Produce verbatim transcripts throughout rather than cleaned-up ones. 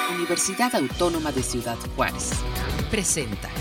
Universidad Autónoma de Ciudad Juárez presenta.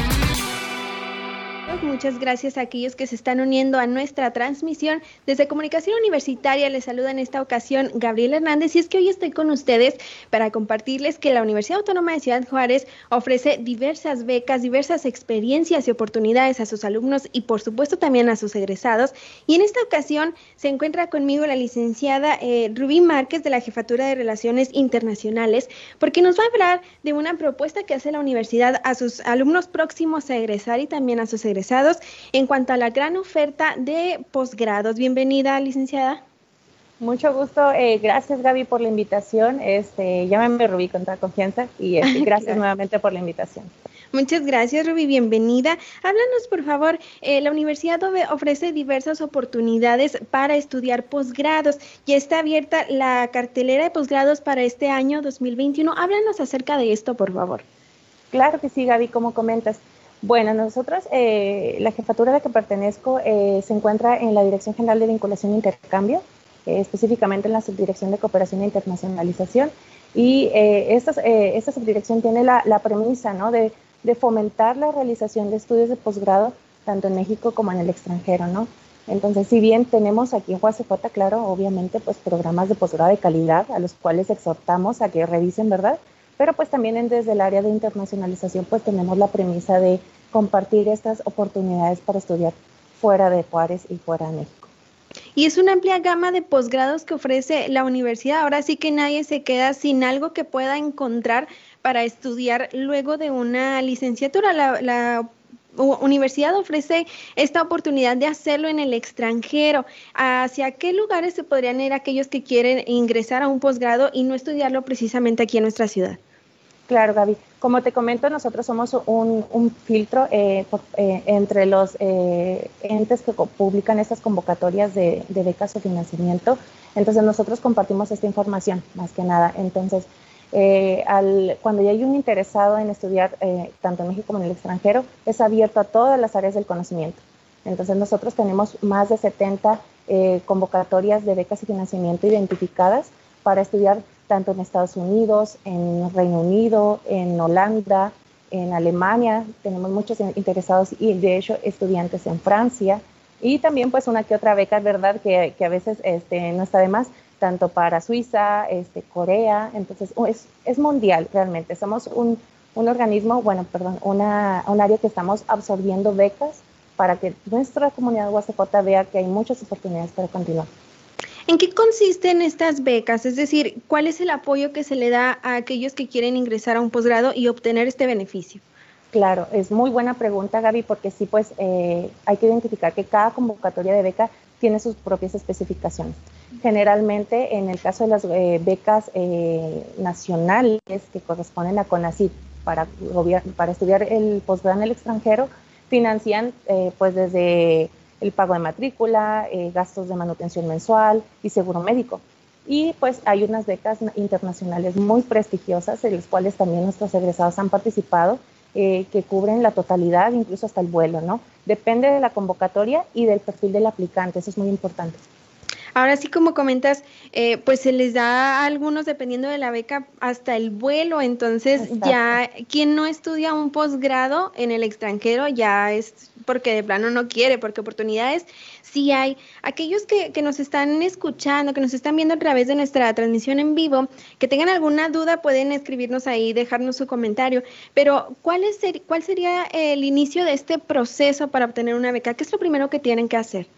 Muchas gracias a aquellos que se están uniendo a nuestra transmisión. Desde Comunicación Universitaria les saluda en esta ocasión Gabriel Hernández, y es que hoy estoy con ustedes para compartirles que la Universidad Autónoma de Ciudad Juárez ofrece diversas becas, diversas experiencias y oportunidades a sus alumnos y por supuesto también a sus egresados. Y en esta ocasión se encuentra conmigo la licenciada eh, Rubí Márquez de la Jefatura de Relaciones Internacionales, porque nos va a hablar de una propuesta que hace la universidad a sus alumnos próximos a egresar y también a sus egresados en cuanto a la gran oferta de posgrados. Bienvenida, licenciada. Mucho gusto, eh, gracias Gaby por la invitación, este, llámame Rubí con toda confianza y este, gracias claro. nuevamente por la invitación. Muchas gracias, Rubí, bienvenida. Háblanos, por favor, eh, la universidad ofrece diversas oportunidades para estudiar posgrados. Ya está abierta la cartelera de posgrados para este año dos mil veintiuno. Háblanos acerca de esto, por favor. Claro que sí, Gaby, como comentas. Bueno, nosotros, eh, la jefatura a la que pertenezco eh, se encuentra en la Dirección General de Vinculación e Intercambio, eh, específicamente en la Subdirección de Cooperación e Internacionalización, y eh, esta, eh, esta subdirección tiene la, la premisa, ¿no?, de, de fomentar la realización de estudios de posgrado tanto en México como en el extranjero, ¿no? Entonces, si bien tenemos aquí en U A C J, claro, obviamente, pues programas de posgrado de calidad a los cuales exhortamos a que revisen, ¿verdad? Pero pues también en, desde el área de internacionalización pues tenemos la premisa de compartir estas oportunidades para estudiar fuera de Juárez y fuera de México. Y es una amplia gama de posgrados que ofrece la universidad. Ahora sí que nadie se queda sin algo que pueda encontrar para estudiar luego de una licenciatura. La, la universidad ofrece esta oportunidad de hacerlo en el extranjero. ¿Hacia qué lugares se podrían ir aquellos que quieren ingresar a un posgrado y no estudiarlo precisamente aquí en nuestra ciudad? Claro, Gaby. Como te comento, nosotros somos un, un filtro eh, por, eh, entre los eh, entes que publican estas convocatorias de, de becas o financiamiento. Entonces, nosotros compartimos esta información, más que nada. Entonces, eh, al, cuando ya hay un interesado en estudiar eh, tanto en México como en el extranjero, es abierto a todas las áreas del conocimiento. Entonces, nosotros tenemos más de setenta eh, convocatorias de becas y financiamiento identificadas para estudiar tanto en Estados Unidos, en Reino Unido, en Holanda, en Alemania. Tenemos muchos interesados y de hecho estudiantes en Francia, y también pues una que otra beca, ¿verdad?, que, que a veces este, no está de más, tanto para Suiza, este, Corea. Entonces es, es mundial realmente. Somos un, un organismo, bueno, perdón, una, un área que estamos absorbiendo becas para que nuestra comunidad U A C J vea que hay muchas oportunidades para continuar. ¿En qué consisten estas becas? Es decir, ¿cuál es el apoyo que se le da a aquellos que quieren ingresar a un posgrado y obtener este beneficio? Claro, es muy buena pregunta, Gaby, porque sí, pues eh, hay que identificar que cada convocatoria de beca tiene sus propias especificaciones. Generalmente, en el caso de las eh, becas eh, nacionales que corresponden a CONACYT para, para estudiar el posgrado en el extranjero, financian eh, pues desde el pago de matrícula, eh, gastos de manutención mensual y seguro médico. Y pues hay unas becas internacionales muy prestigiosas en las cuales también nuestros egresados han participado, eh, que cubren la totalidad, incluso hasta el vuelo, ¿no? Depende de la convocatoria y del perfil del aplicante, eso es muy importante. Ahora sí, como comentas, eh, pues se les da a algunos, dependiendo de la beca, hasta el vuelo. Entonces, exacto, ya quien no estudia un posgrado en el extranjero ya es porque de plano no quiere, porque oportunidades sí hay. Aquellos que, que nos están escuchando, que nos están viendo a través de nuestra transmisión en vivo, que tengan alguna duda, pueden escribirnos ahí, dejarnos su comentario. Pero, ¿cuál es, cuál sería el inicio de este proceso para obtener una beca? ¿Qué es lo primero que tienen que hacer?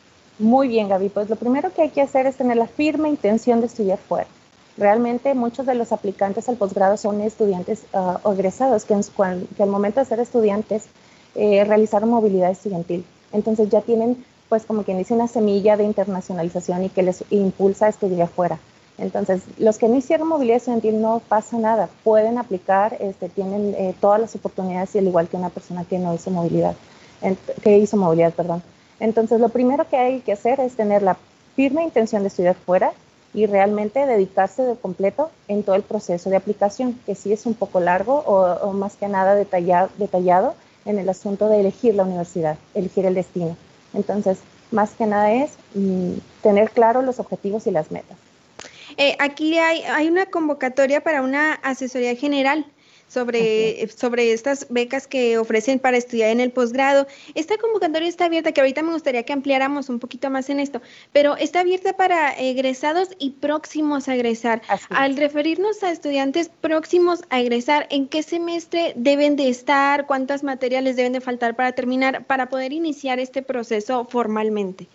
Muy bien, Gaby. Pues lo primero que hay que hacer es tener la firme intención de estudiar fuera. Realmente muchos de los aplicantes al posgrado son estudiantes uh, o egresados que, en, que al momento de ser estudiantes eh, realizaron movilidad estudiantil. Entonces ya tienen, pues como quien dice, una semilla de internacionalización y que les impulsa a estudiar fuera. Entonces, los que no hicieron movilidad estudiantil no pasa nada, pueden aplicar, este, tienen eh, todas las oportunidades, y al igual que una persona que no hizo movilidad, que hizo movilidad, perdón. Entonces, lo primero que hay que hacer es tener la firme intención de estudiar fuera y realmente dedicarse de completo en todo el proceso de aplicación, que sí es un poco largo o, o más que nada detallado, detallado en el asunto de elegir la universidad, elegir el destino. Entonces, más que nada es mmm, tener claro los objetivos y las metas. Eh, aquí hay, hay una convocatoria para una asesoría general sobre, sobre estas becas que ofrecen para estudiar en el posgrado. Esta convocatoria está abierta, que ahorita me gustaría que ampliáramos un poquito más en esto, pero está abierta para egresados y próximos a egresar. Así Al es. referirnos a estudiantes próximos a egresar, ¿en qué semestre deben de estar? ¿Cuántas materias les deben de faltar para terminar, para poder iniciar este proceso formalmente?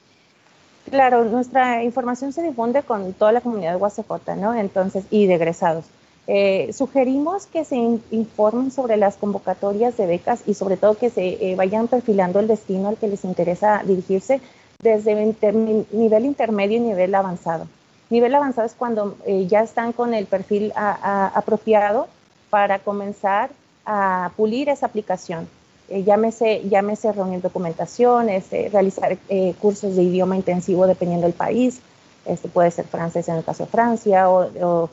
Claro, nuestra información se difunde con toda la comunidad de U A C J, ¿no? Entonces, y de egresados. Eh, sugerimos que se in informen sobre las convocatorias de becas y sobre todo que se eh, vayan perfilando el destino al que les interesa dirigirse desde inter nivel intermedio y nivel avanzado. Nivel avanzado es cuando eh, ya están con el perfil a, a, apropiado para comenzar a pulir esa aplicación. Eh, llámese, llámese reunir documentación, este, realizar eh, cursos de idioma intensivo dependiendo del país. Este puede ser francés en el caso de Francia o, o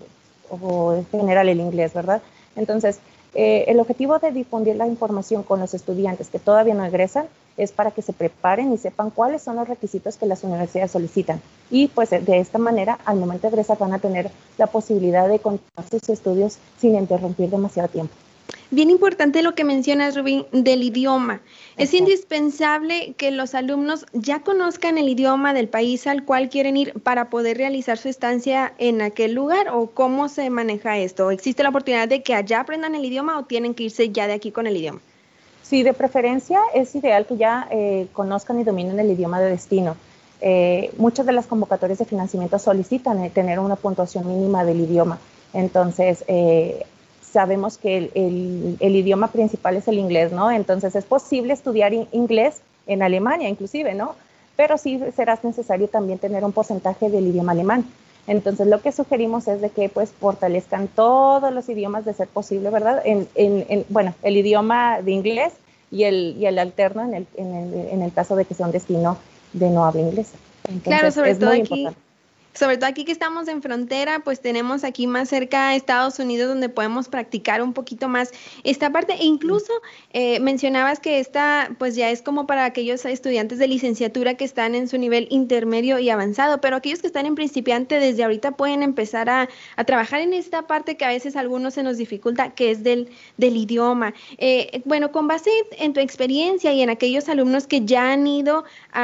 o en general el inglés, ¿verdad? Entonces, eh, el objetivo de difundir la información con los estudiantes que todavía no egresan es para que se preparen y sepan cuáles son los requisitos que las universidades solicitan. Y pues de esta manera, al momento de egresar, van a tener la posibilidad de continuar sus estudios sin interrumpir demasiado tiempo. Bien importante lo que mencionas, Rubí, del idioma. Es Exacto. indispensable que los alumnos ya conozcan el idioma del país al cual quieren ir para poder realizar su estancia en aquel lugar, o cómo se maneja esto. ¿Existe la oportunidad de que allá aprendan el idioma o tienen que irse ya de aquí con el idioma? Sí, de preferencia es ideal que ya eh, conozcan y dominen el idioma de destino. Eh, muchas de las convocatorias de financiamiento solicitan eh, tener una puntuación mínima del idioma. Entonces, eh, sabemos que el, el, el idioma principal es el inglés, ¿no? Entonces es posible estudiar inglés en Alemania inclusive, ¿no? Pero sí será necesario también tener un porcentaje del idioma alemán. Entonces lo que sugerimos es de que pues fortalezcan todos los idiomas de ser posible, ¿verdad? En, en, en, bueno, el idioma de inglés y el, y el alterno en el, en, el, en el caso de que sea un destino de no habla inglesa. Entonces, claro, sobre es todo muy aquí. importante. Sobre todo aquí que estamos en frontera, pues tenemos aquí más cerca a Estados Unidos donde podemos practicar un poquito más esta parte. E incluso eh, mencionabas que esta pues ya es como para aquellos estudiantes de licenciatura que están en su nivel intermedio y avanzado, pero aquellos que están en principiante desde ahorita pueden empezar a, a trabajar en esta parte que a veces a algunos se nos dificulta, que es del, del idioma. Eh, bueno, con base en tu experiencia y en aquellos alumnos que ya han ido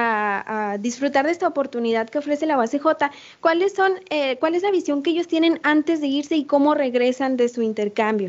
a, a disfrutar de esta oportunidad que ofrece la U A C J, ¿Cuáles son, eh, ¿cuál es la visión que ellos tienen antes de irse y cómo regresan de su intercambio?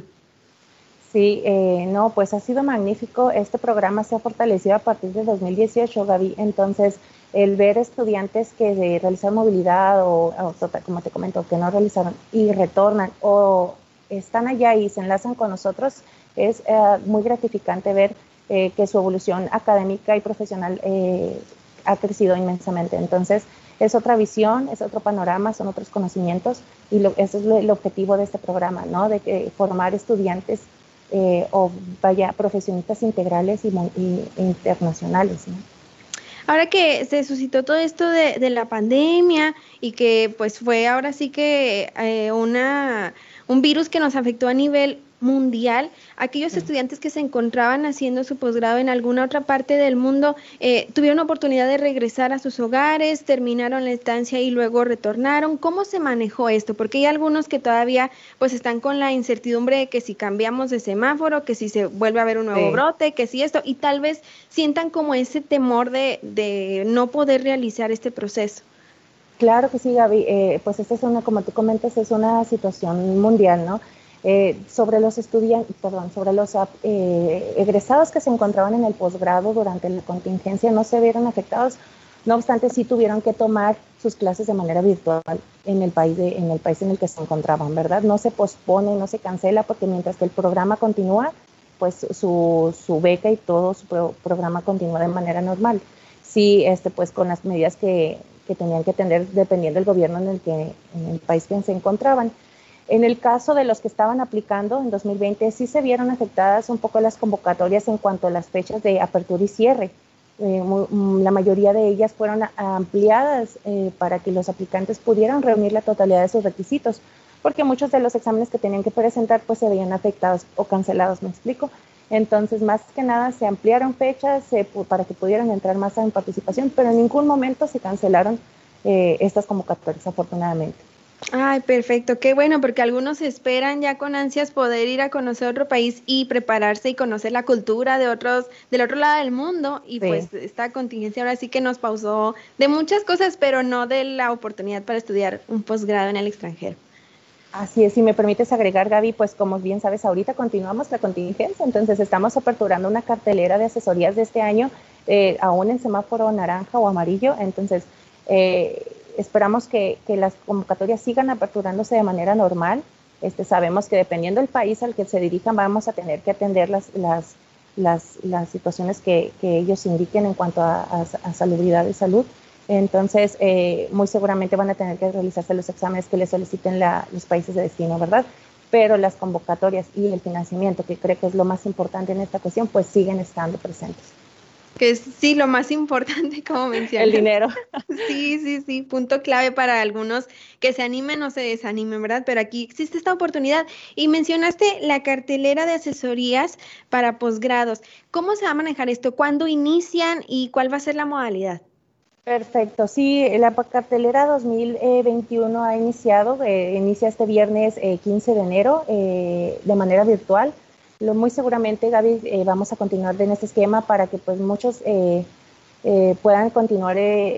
Sí, eh, no, pues ha sido magnífico. Este programa se ha fortalecido a partir de dos mil dieciocho, Gaby. Entonces, el ver estudiantes que de realizaron movilidad o, o, como te comento, que no realizaron y retornan o están allá y se enlazan con nosotros, es eh, muy gratificante ver eh, que su evolución académica y profesional eh, ha crecido inmensamente. Entonces, es otra visión, es otro panorama, son otros conocimientos y lo, ese es lo, el objetivo de este programa, ¿no? De que formar estudiantes eh, o vaya profesionistas integrales y, y internacionales, ¿no? Ahora que se suscitó todo esto de, de la pandemia y que pues fue ahora sí que eh, una, un virus que nos afectó a nivel mundial, aquellos sí. estudiantes que se encontraban haciendo su posgrado en alguna otra parte del mundo eh, tuvieron oportunidad de regresar a sus hogares, terminaron la estancia y luego retornaron. ¿Cómo se manejó esto? Porque hay algunos que todavía pues están con la incertidumbre de que si cambiamos de semáforo, que si se vuelve a haber un nuevo sí. brote, que si esto, y tal vez sientan como ese temor de, de no poder realizar este proceso. Claro que sí, Gaby, eh, pues esta es una, como tú comentas, es una situación mundial, ¿no? Eh, sobre los estudiantes, perdón, sobre los eh, egresados que se encontraban en el posgrado durante la contingencia no se vieron afectados, no obstante sí tuvieron que tomar sus clases de manera virtual en el país, de, en el país en el que se encontraban, ¿verdad? No se pospone, no se cancela, porque mientras que el programa continúa, pues su, su beca y todo su pro, programa continúa de manera normal. Sí, este, pues con las medidas que, que tenían que tener dependiendo del gobierno en el, que, en el país que se encontraban. En el caso de los que estaban aplicando en dos mil veinte, sí se vieron afectadas un poco las convocatorias en cuanto a las fechas de apertura y cierre. Eh, muy, la mayoría de ellas fueron ampliadas eh, para que los aplicantes pudieran reunir la totalidad de sus requisitos, porque muchos de los exámenes que tenían que presentar pues se veían afectados o cancelados, ¿me explico? Entonces, más que nada, se ampliaron fechas eh, para que pudieran entrar más en participación, pero en ningún momento se cancelaron eh, estas convocatorias, afortunadamente. Ay, perfecto, qué bueno, porque algunos esperan ya con ansias poder ir a conocer otro país y prepararse y conocer la cultura de otros, del otro lado del mundo, y Sí. pues esta contingencia ahora sí que nos pausó de muchas cosas, pero no de la oportunidad para estudiar un posgrado en el extranjero. Así es, si me permites agregar, Gaby, pues como bien sabes, ahorita continuamos la contingencia, entonces estamos aperturando una cartelera de asesorías de este año, eh, aún en semáforo naranja o amarillo, entonces eh, esperamos que, que las convocatorias sigan aperturándose de manera normal. Este, sabemos que dependiendo del país al que se dirijan, vamos a tener que atender las, las, las, las situaciones que, que ellos indiquen en cuanto a, a, a salubridad y salud. Entonces, eh, muy seguramente van a tener que realizarse los exámenes que les soliciten la, los países de destino, ¿verdad? Pero las convocatorias y el financiamiento, que creo que es lo más importante en esta cuestión, pues siguen estando presentes. Que es, sí, lo más importante, como mencionas. El dinero. Sí, sí, sí, punto clave para algunos que se animen o se desanimen, ¿verdad? Pero aquí existe esta oportunidad. Y mencionaste la cartelera de asesorías para posgrados. ¿Cómo se va a manejar esto? ¿Cuándo inician y cuál va a ser la modalidad? Perfecto, sí, la cartelera dos mil veintiuno ha iniciado, eh, inicia este viernes eh, quince de enero eh, de manera virtual. Lo, muy seguramente, Gaby, eh, vamos a continuar en este esquema para que pues muchos eh, eh, puedan continuar eh,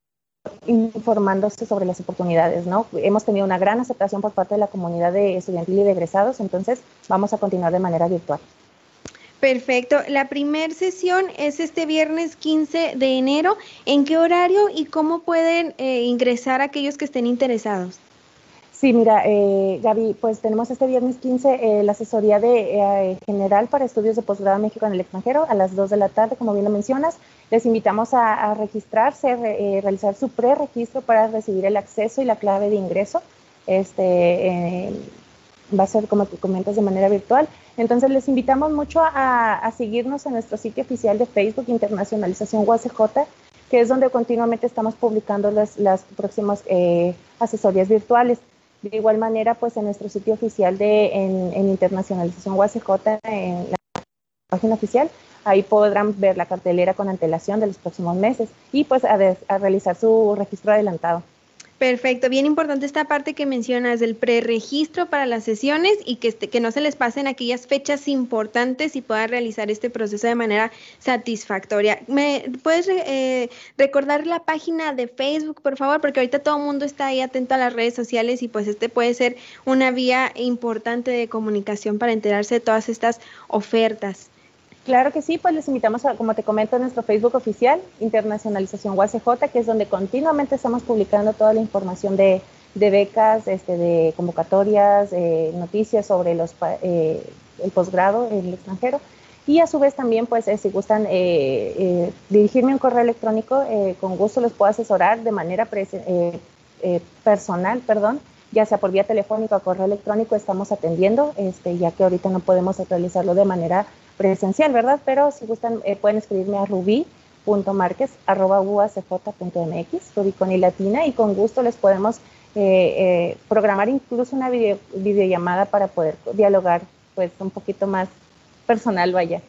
informándose sobre las oportunidades, ¿no? Hemos tenido una gran aceptación por parte de la comunidad de estudiantil y de egresados, entonces vamos a continuar de manera virtual. Perfecto. La primer sesión es este viernes quince de enero. ¿En qué horario y cómo pueden eh, ingresar aquellos que estén interesados? Sí, mira, eh, Gaby, pues tenemos este viernes quince eh, la asesoría de eh, general para estudios de posgrado en México en el extranjero a las dos de la tarde, como bien lo mencionas. Les invitamos a, a registrarse, re, eh, realizar su preregistro para recibir el acceso y la clave de ingreso. Este, eh, va a ser, como te comentas, de manera virtual. Entonces, les invitamos mucho a, a seguirnos en nuestro sitio oficial de Facebook, Internacionalización U A C J, que es donde continuamente estamos publicando las, las próximas eh, asesorías virtuales. De igual manera, pues en nuestro sitio oficial de en, en Internacionalización U A C J, en la página oficial, ahí podrán ver la cartelera con antelación de los próximos meses y pues a, de, a realizar su registro adelantado. Perfecto, bien importante esta parte que mencionas del preregistro para las sesiones y que, este, que no se les pasen aquellas fechas importantes y puedan realizar este proceso de manera satisfactoria. ¿Me puedes eh, recordar la página de Facebook, por favor? Porque ahorita todo el mundo está ahí atento a las redes sociales y pues este puede ser una vía importante de comunicación para enterarse de todas estas ofertas. Claro que sí, pues les invitamos, a, como te comento, a nuestro Facebook oficial, Internacionalización U A C J, que es donde continuamente estamos publicando toda la información de, de becas, este, de convocatorias, eh, noticias sobre los, eh, el posgrado en el extranjero. Y a su vez también, pues, eh, si gustan eh, eh, dirigirme un correo electrónico, eh, con gusto los puedo asesorar de manera eh, eh, personal, perdón, ya sea por vía telefónica o correo electrónico, estamos atendiendo, este, ya que ahorita no podemos realizarlo de manera presencial, ¿verdad? Pero si gustan, eh, pueden escribirme a rubí punto marquez arroba u a c j punto m x, Rubí con i latina, y con gusto les podemos eh, eh, programar incluso una video, videollamada para poder dialogar pues un poquito más personal, vaya.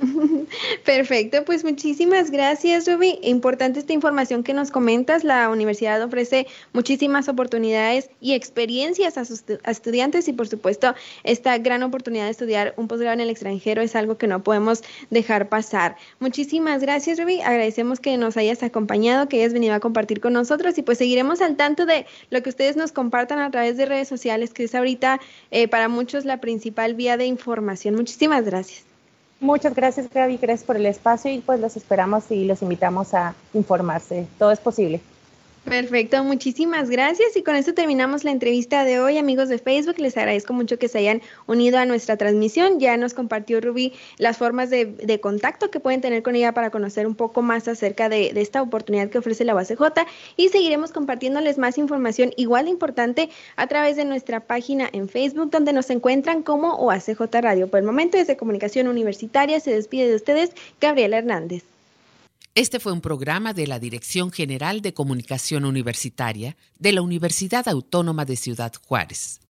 Perfecto, pues muchísimas gracias, Rubí. Importante esta información que nos comentas. La universidad ofrece muchísimas oportunidades y experiencias a sus a estudiantes y por supuesto esta gran oportunidad de estudiar un posgrado en el extranjero es algo que no podemos dejar pasar. Muchísimas gracias, Rubí. Agradecemos que nos hayas acompañado, que hayas venido a compartir con nosotros y pues seguiremos al tanto de lo que ustedes nos compartan a través de redes sociales, que es ahorita eh, para muchos la principal vía de información. Muchísimas gracias. Muchas gracias, Gaby, gracias por el espacio y pues los esperamos y los invitamos a informarse. Todo es posible. Perfecto, muchísimas gracias y con esto terminamos la entrevista de hoy, amigos de Facebook. Les agradezco mucho que se hayan unido a nuestra transmisión. Ya nos compartió Rubí las formas de, de contacto que pueden tener con ella para conocer un poco más acerca de, de esta oportunidad que ofrece la U A C J y seguiremos compartiéndoles más información igual de importante a través de nuestra página en Facebook, donde nos encuentran como U A C J Radio. Por el momento, desde Comunicación Universitaria se despide de ustedes Gabriela Hernández. Este fue un programa de la Dirección General de Comunicación Universitaria de la Universidad Autónoma de Ciudad Juárez.